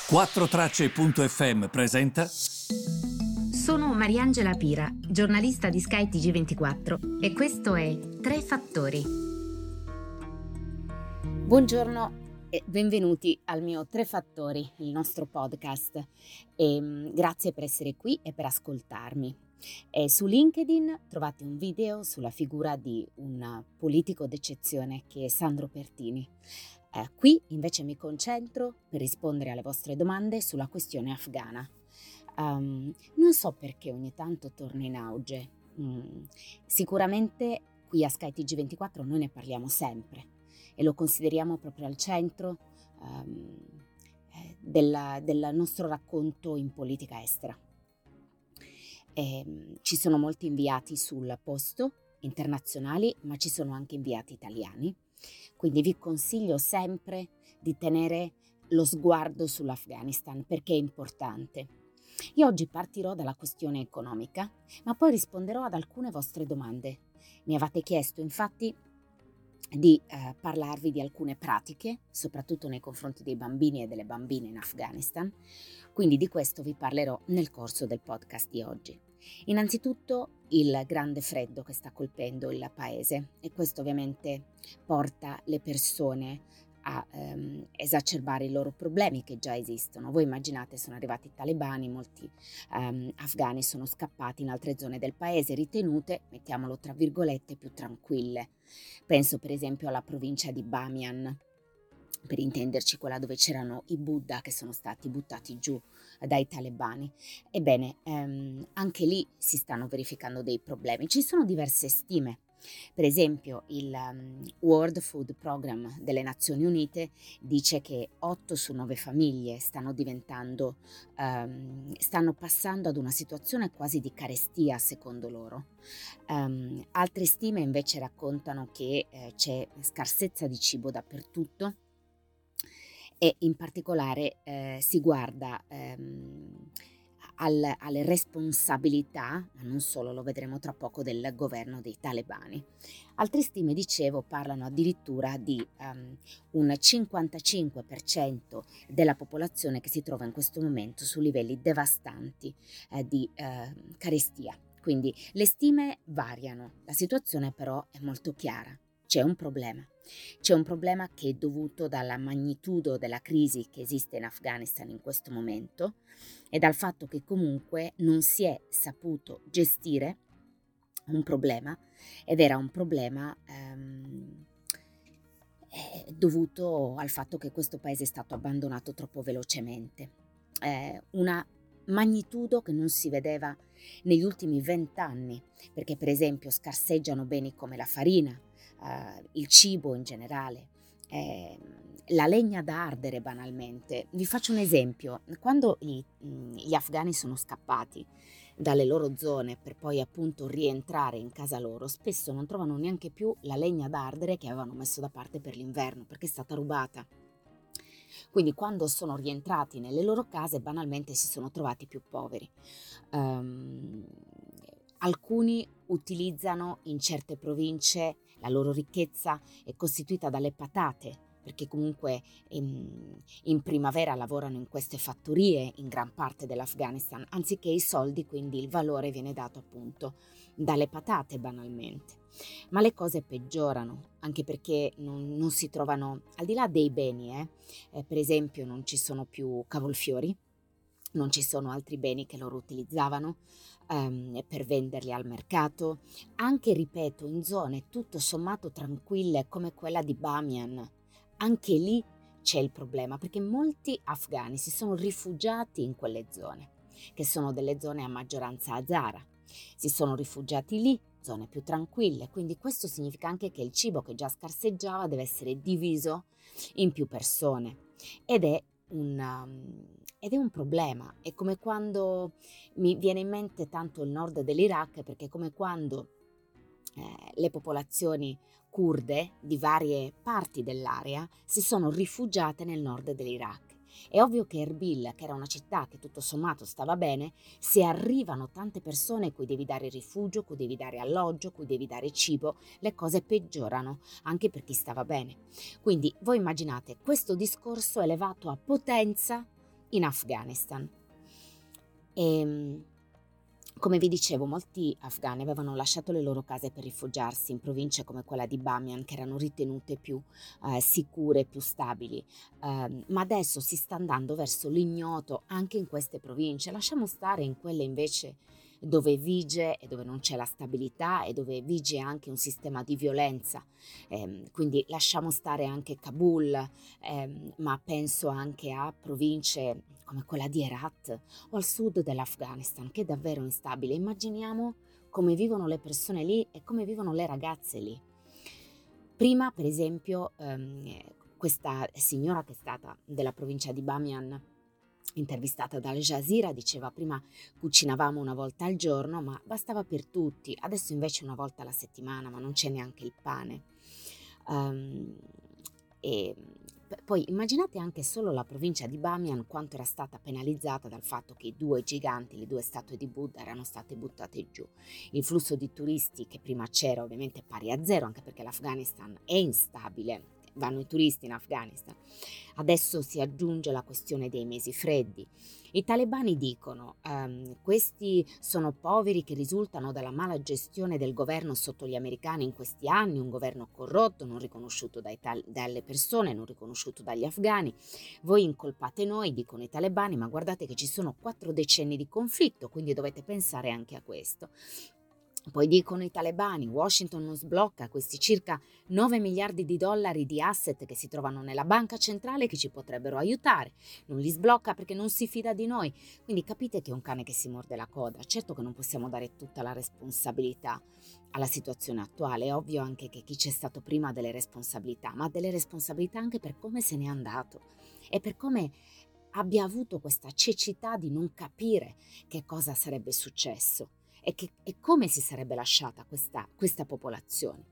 4Tracce.fm presenta. Sono Mariangela Pira, giornalista di Sky TG24 e questo è Tre Fattori. Buongiorno e benvenuti al mio Tre Fattori, il nostro podcast. Grazie per essere qui e per ascoltarmi. Su LinkedIn trovate un video sulla figura di un politico d'eccezione che è Sandro Pertini. Qui invece mi concentro per rispondere alle vostre domande sulla questione afghana. Non so perché ogni tanto torna in auge. Sicuramente qui a Sky TG24 noi ne parliamo sempre e lo consideriamo proprio al centro del nostro racconto in politica estera. Ci sono molti inviati sul posto internazionali, ma ci sono anche inviati italiani, quindi vi consiglio sempre di tenere lo sguardo sull'Afghanistan perché è importante. Io oggi partirò dalla questione economica, ma poi risponderò ad alcune vostre domande. Mi avete chiesto infatti di parlarvi di alcune pratiche, soprattutto nei confronti dei bambini e delle bambine in Afghanistan, quindi di questo vi parlerò nel corso del podcast di oggi. Innanzitutto il grande freddo che sta colpendo il paese e questo ovviamente porta le persone a esacerbare i loro problemi che già esistono. Voi immaginate, sono arrivati i talebani, molti afghani sono scappati in altre zone del paese ritenute, mettiamolo tra virgolette, più tranquille. Penso per esempio alla provincia di Bamiyan, per intenderci quella dove c'erano i Buddha che sono stati buttati giù dai talebani. Ebbene, anche lì si stanno verificando dei problemi. Ci sono diverse stime. Per esempio il World Food Program delle Nazioni Unite dice che 8 su 9 famiglie stanno passando ad una situazione quasi di carestia secondo loro. Altre stime invece raccontano che c'è scarsezza di cibo dappertutto e in particolare si guarda alle responsabilità, ma non solo, lo vedremo tra poco, del governo dei talebani. Altre stime, dicevo, parlano addirittura di un 55% della popolazione che si trova in questo momento su livelli devastanti di carestia. Quindi le stime variano, la situazione però è molto chiara. C'è un problema che è dovuto dalla magnitudo della crisi che esiste in Afghanistan in questo momento e dal fatto che comunque non si è saputo gestire un problema ed era un problema dovuto al fatto che questo paese è stato abbandonato troppo velocemente. Una magnitudo che non si vedeva negli ultimi 20 anni, perché per esempio scarseggiano beni come la farina, il cibo in generale, la legna da ardere banalmente. Vi faccio un esempio: quando gli afghani sono scappati dalle loro zone per poi appunto rientrare in casa loro, spesso non trovano neanche più la legna da ardere che avevano messo da parte per l'inverno perché è stata rubata. Quindi quando sono rientrati nelle loro case banalmente si sono trovati più poveri. Alcuni utilizzano in certe province, la loro ricchezza è costituita dalle patate, perché comunque in primavera lavorano in queste fattorie in gran parte dell'Afghanistan, anziché i soldi, quindi il valore viene dato appunto dalle patate banalmente. Ma le cose peggiorano, anche perché non si trovano, al di là dei beni, per esempio non ci sono più cavolfiori, non ci sono altri beni che loro utilizzavano per venderli al mercato, anche, ripeto, in zone tutto sommato tranquille come quella di Bamiyan. Anche lì c'è il problema, perché molti afghani si sono rifugiati in quelle zone, che sono delle zone a maggioranza hazara. Si sono rifugiati lì, zone più tranquille, quindi questo significa anche che il cibo che già scarseggiava deve essere diviso in più persone ed è un problema. È come quando, mi viene in mente tanto il nord dell'Iraq, perché è come quando le popolazioni curde di varie parti dell'area si sono rifugiate nel nord dell'Iraq. È ovvio che Erbil, che era una città che tutto sommato stava bene, se arrivano tante persone cui devi dare rifugio, cui devi dare alloggio, cui devi dare cibo, le cose peggiorano anche per chi stava bene. Quindi voi immaginate questo discorso elevato a potenza in Afghanistan. E, come vi dicevo, molti afghani avevano lasciato le loro case per rifugiarsi in province come quella di Bamiyan, che erano ritenute più sicure, più stabili, ma adesso si sta andando verso l'ignoto anche in queste province. Lasciamo stare in quelle invece dove vige e dove non c'è la stabilità e dove vige anche un sistema di violenza. Quindi lasciamo stare anche Kabul, ma penso anche a province come quella di Herat o al sud dell'Afghanistan, che è davvero instabile. Immaginiamo come vivono le persone lì e come vivono le ragazze lì. Prima, per esempio, questa signora che è stata della provincia di Bamiyan, intervistata da Al Jazeera, diceva: prima cucinavamo una volta al giorno, ma bastava per tutti, adesso invece una volta alla settimana, ma non c'è neanche il pane. Um, e poi immaginate anche solo la provincia di Bamiyan quanto era stata penalizzata dal fatto che i due giganti, le due statue di Buddha, erano state buttate giù. Il flusso di turisti che prima c'era ovviamente è pari a zero, anche perché l'Afghanistan è instabile, vanno i turisti in Afghanistan. Adesso si aggiunge la questione dei mesi freddi. I talebani dicono questi sono poveri che risultano dalla mala gestione del governo sotto gli americani in questi anni, un governo corrotto, non riconosciuto dalle persone, non riconosciuto dagli afghani. Voi incolpate noi, dicono i talebani, ma guardate che ci sono 4 decenni di conflitto, quindi dovete pensare anche a questo. Poi dicono i talebani, Washington non sblocca questi circa 9 miliardi di dollari di asset che si trovano nella banca centrale che ci potrebbero aiutare. Non li sblocca perché non si fida di noi. Quindi capite che è un cane che si morde la coda. Certo che non possiamo dare tutta la responsabilità alla situazione attuale. È ovvio anche che chi c'è stato prima ha delle responsabilità, ma ha delle responsabilità anche per come se n'è andato e per come abbia avuto questa cecità di non capire che cosa sarebbe successo e come si sarebbe lasciata questa popolazione.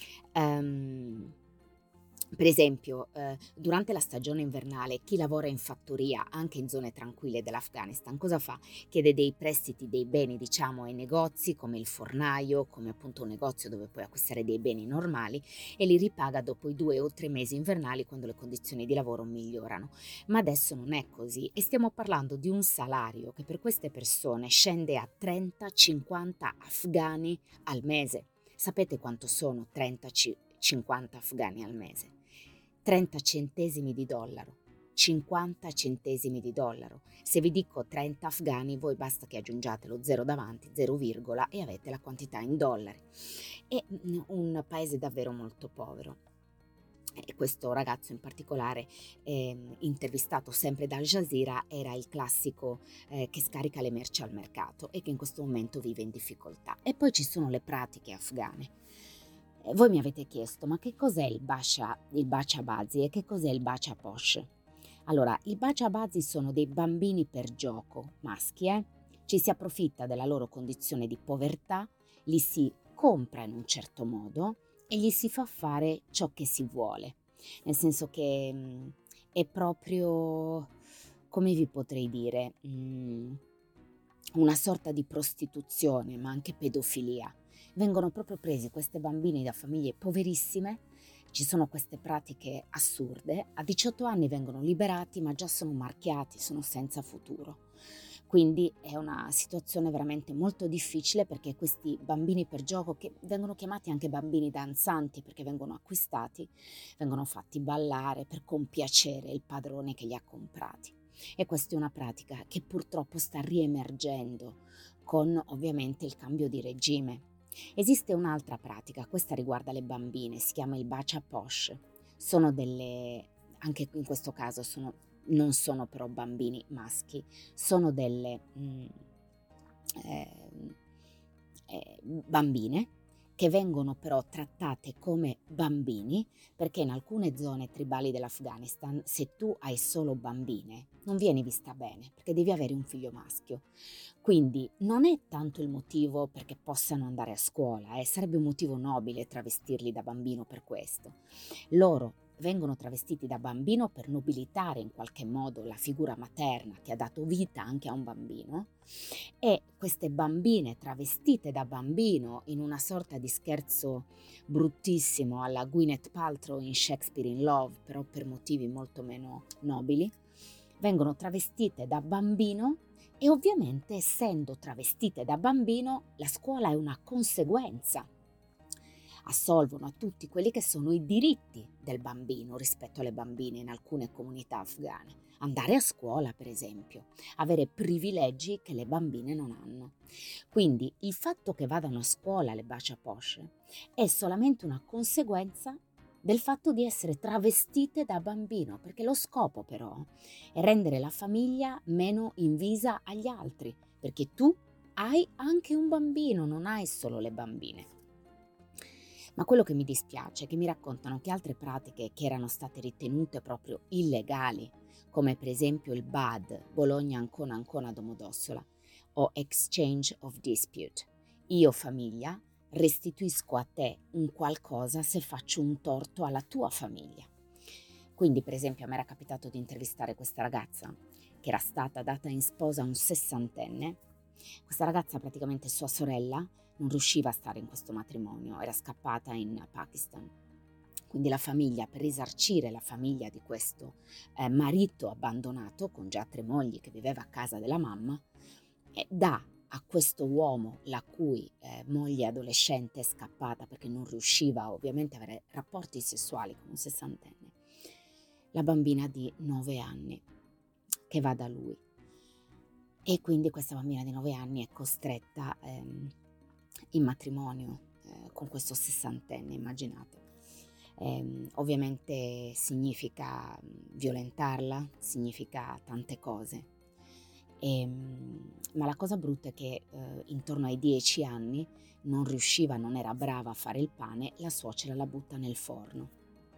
Per esempio, durante la stagione invernale, chi lavora in fattoria, anche in zone tranquille dell'Afghanistan, cosa fa? Chiede dei prestiti, dei beni, diciamo, ai negozi, come il fornaio, come appunto un negozio dove puoi acquistare dei beni normali, e li ripaga dopo i 2 o 3 mesi invernali quando le condizioni di lavoro migliorano. Ma adesso non è così e stiamo parlando di un salario che per queste persone scende a 30-50 afghani al mese. Sapete quanto sono 30-50 afghani al mese? 30 centesimi di dollaro, 50 centesimi di dollaro. Se vi dico 30 afghani, voi basta che aggiungiate lo zero davanti, 0, e avete la quantità in dollari. È un paese davvero molto povero. E questo ragazzo in particolare, intervistato sempre da Al Jazeera, era il classico che scarica le merci al mercato e che in questo momento vive in difficoltà. E poi ci sono le pratiche afghane. Voi mi avete chiesto, ma che cos'è il Bacha Bazi e che cos'è il Bacha Posh? Allora, i Bacha Bazi sono dei bambini per gioco, maschi, ci si approfitta della loro condizione di povertà, li si compra in un certo modo e gli si fa fare ciò che si vuole. Nel senso che è proprio, come vi potrei dire, una sorta di prostituzione, ma anche pedofilia. Vengono proprio presi queste bambine da famiglie poverissime, ci sono queste pratiche assurde, a 18 anni vengono liberati ma già sono marchiati, sono senza futuro. Quindi è una situazione veramente molto difficile perché questi bambini per gioco, che vengono chiamati anche bambini danzanti perché vengono acquistati, vengono fatti ballare per compiacere il padrone che li ha comprati. E questa è una pratica che purtroppo sta riemergendo con ovviamente il cambio di regime. Esiste un'altra pratica, questa riguarda le bambine, si chiama il Bacha Posh. Sono anche in questo caso non sono però bambini maschi, sono delle bambine che vengono però trattate come bambini perché in alcune zone tribali dell'Afghanistan se tu hai solo bambine non vieni vista bene perché devi avere un figlio maschio. Quindi non è tanto il motivo perché possano andare a scuola, sarebbe un motivo nobile travestirli da bambino per questo. Loro vengono travestiti da bambino per nobilitare in qualche modo la figura materna che ha dato vita anche a un bambino, e queste bambine travestite da bambino in una sorta di scherzo bruttissimo alla Gwyneth Paltrow in Shakespeare in Love, però per motivi molto meno nobili, vengono travestite da bambino e ovviamente essendo travestite da bambino la scuola è una conseguenza. Assolvono a tutti quelli che sono i diritti del bambino rispetto alle bambine in alcune comunità afghane. Andare a scuola, per esempio, avere privilegi che le bambine non hanno. Quindi il fatto che vadano a scuola le Bacha Posh è solamente una conseguenza del fatto di essere travestite da bambino, perché lo scopo però è rendere la famiglia meno invisa agli altri, perché tu hai anche un bambino, non hai solo le bambine. Ma quello che mi dispiace è che mi raccontano che altre pratiche che erano state ritenute proprio illegali, come per esempio il BAD, Bologna Ancona Ancona Domodossola, o Exchange of Dispute, io famiglia restituisco a te un qualcosa se faccio un torto alla tua famiglia. Quindi per esempio a me era capitato di intervistare questa ragazza che era stata data in sposa a un sessantenne. Questa ragazza, praticamente sua sorella, non riusciva a stare in questo matrimonio, era scappata in Pakistan. Quindi la famiglia, per risarcire la famiglia di questo marito abbandonato con già 3 mogli che viveva a casa della mamma, dà a questo uomo la cui moglie adolescente è scappata perché non riusciva ovviamente a avere rapporti sessuali con un sessantenne, la bambina di 9 anni che va da lui. E quindi questa bambina di 9 anni è costretta in matrimonio con questo sessantenne, immaginate. Ovviamente significa violentarla, significa tante cose. Ma la cosa brutta è che intorno ai 10 anni non era brava a fare il pane, la suocera la butta nel forno.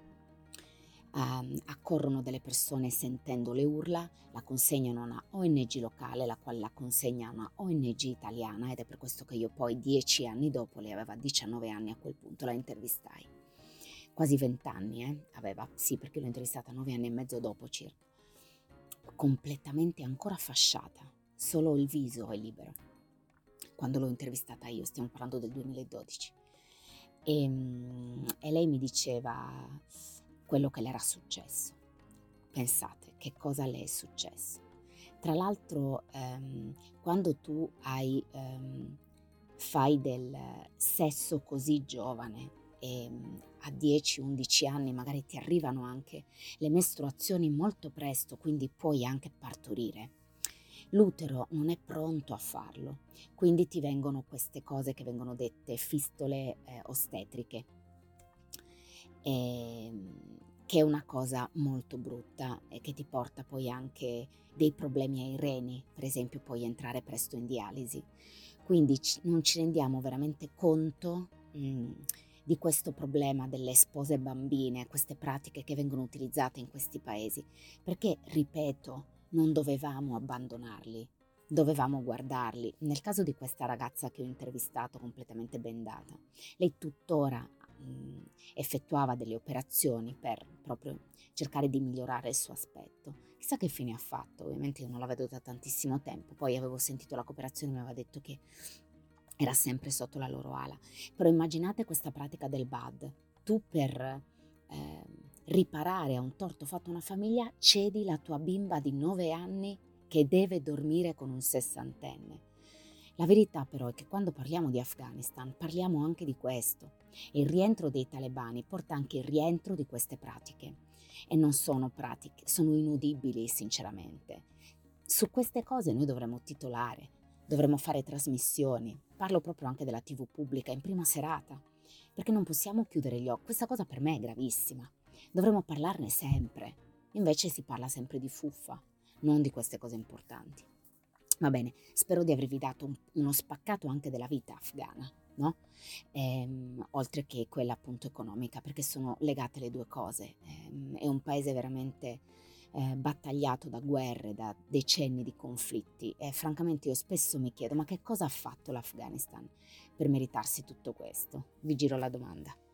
Accorrono delle persone sentendo le urla, la consegnano a una ONG locale, la quale la consegna a una ONG italiana, ed è per questo che io poi 10 anni dopo, lei aveva 19 anni a quel punto, la intervistai. Quasi 20 anni aveva, sì, perché l'ho intervistata 9 anni e mezzo dopo circa. Completamente ancora fasciata, solo il viso è libero. Quando l'ho intervistata io, stiamo parlando del 2012. E lei mi diceva quello che le era successo. Pensate che cosa le è successo. Tra l'altro, quando tu fai del sesso così giovane e a 10-11 anni magari ti arrivano anche le mestruazioni molto presto, quindi puoi anche partorire. L'utero non è pronto a farlo, quindi ti vengono queste cose che vengono dette fistole ostetriche, che è una cosa molto brutta e che ti porta poi anche dei problemi ai reni, per esempio puoi entrare presto in dialisi. Quindi non ci rendiamo veramente conto di questo problema delle spose bambine, queste pratiche che vengono utilizzate in questi paesi, perché, ripeto, non dovevamo abbandonarli, dovevamo guardarli. Nel caso di questa ragazza che ho intervistato, completamente bendata, lei tuttora effettuava delle operazioni per proprio cercare di migliorare il suo aspetto. Chissà che fine ha fatto, ovviamente io non la vedo da tantissimo tempo, poi avevo sentito la cooperazione, mi aveva detto che era sempre sotto la loro ala. Però immaginate questa pratica del BAD, tu per riparare a un torto fatto a una famiglia cedi la tua bimba di 9 anni che deve dormire con un sessantenne. La verità però è che quando parliamo di Afghanistan parliamo anche di questo. Il rientro dei talebani porta anche il rientro di queste pratiche e non sono pratiche, sono inudibili sinceramente. Su queste cose noi dovremmo titolare, dovremmo fare trasmissioni, parlo proprio anche della TV pubblica in prima serata, perché non possiamo chiudere gli occhi. Questa cosa per me è gravissima, dovremmo parlarne sempre, invece si parla sempre di fuffa, non di queste cose importanti. Va bene, spero di avervi dato uno spaccato anche della vita afghana, no? Oltre che quella appunto economica, perché sono legate le due cose. È un paese veramente battagliato da guerre, da decenni di conflitti e francamente io spesso mi chiedo ma che cosa ha fatto l'Afghanistan per meritarsi tutto questo? Vi giro la domanda.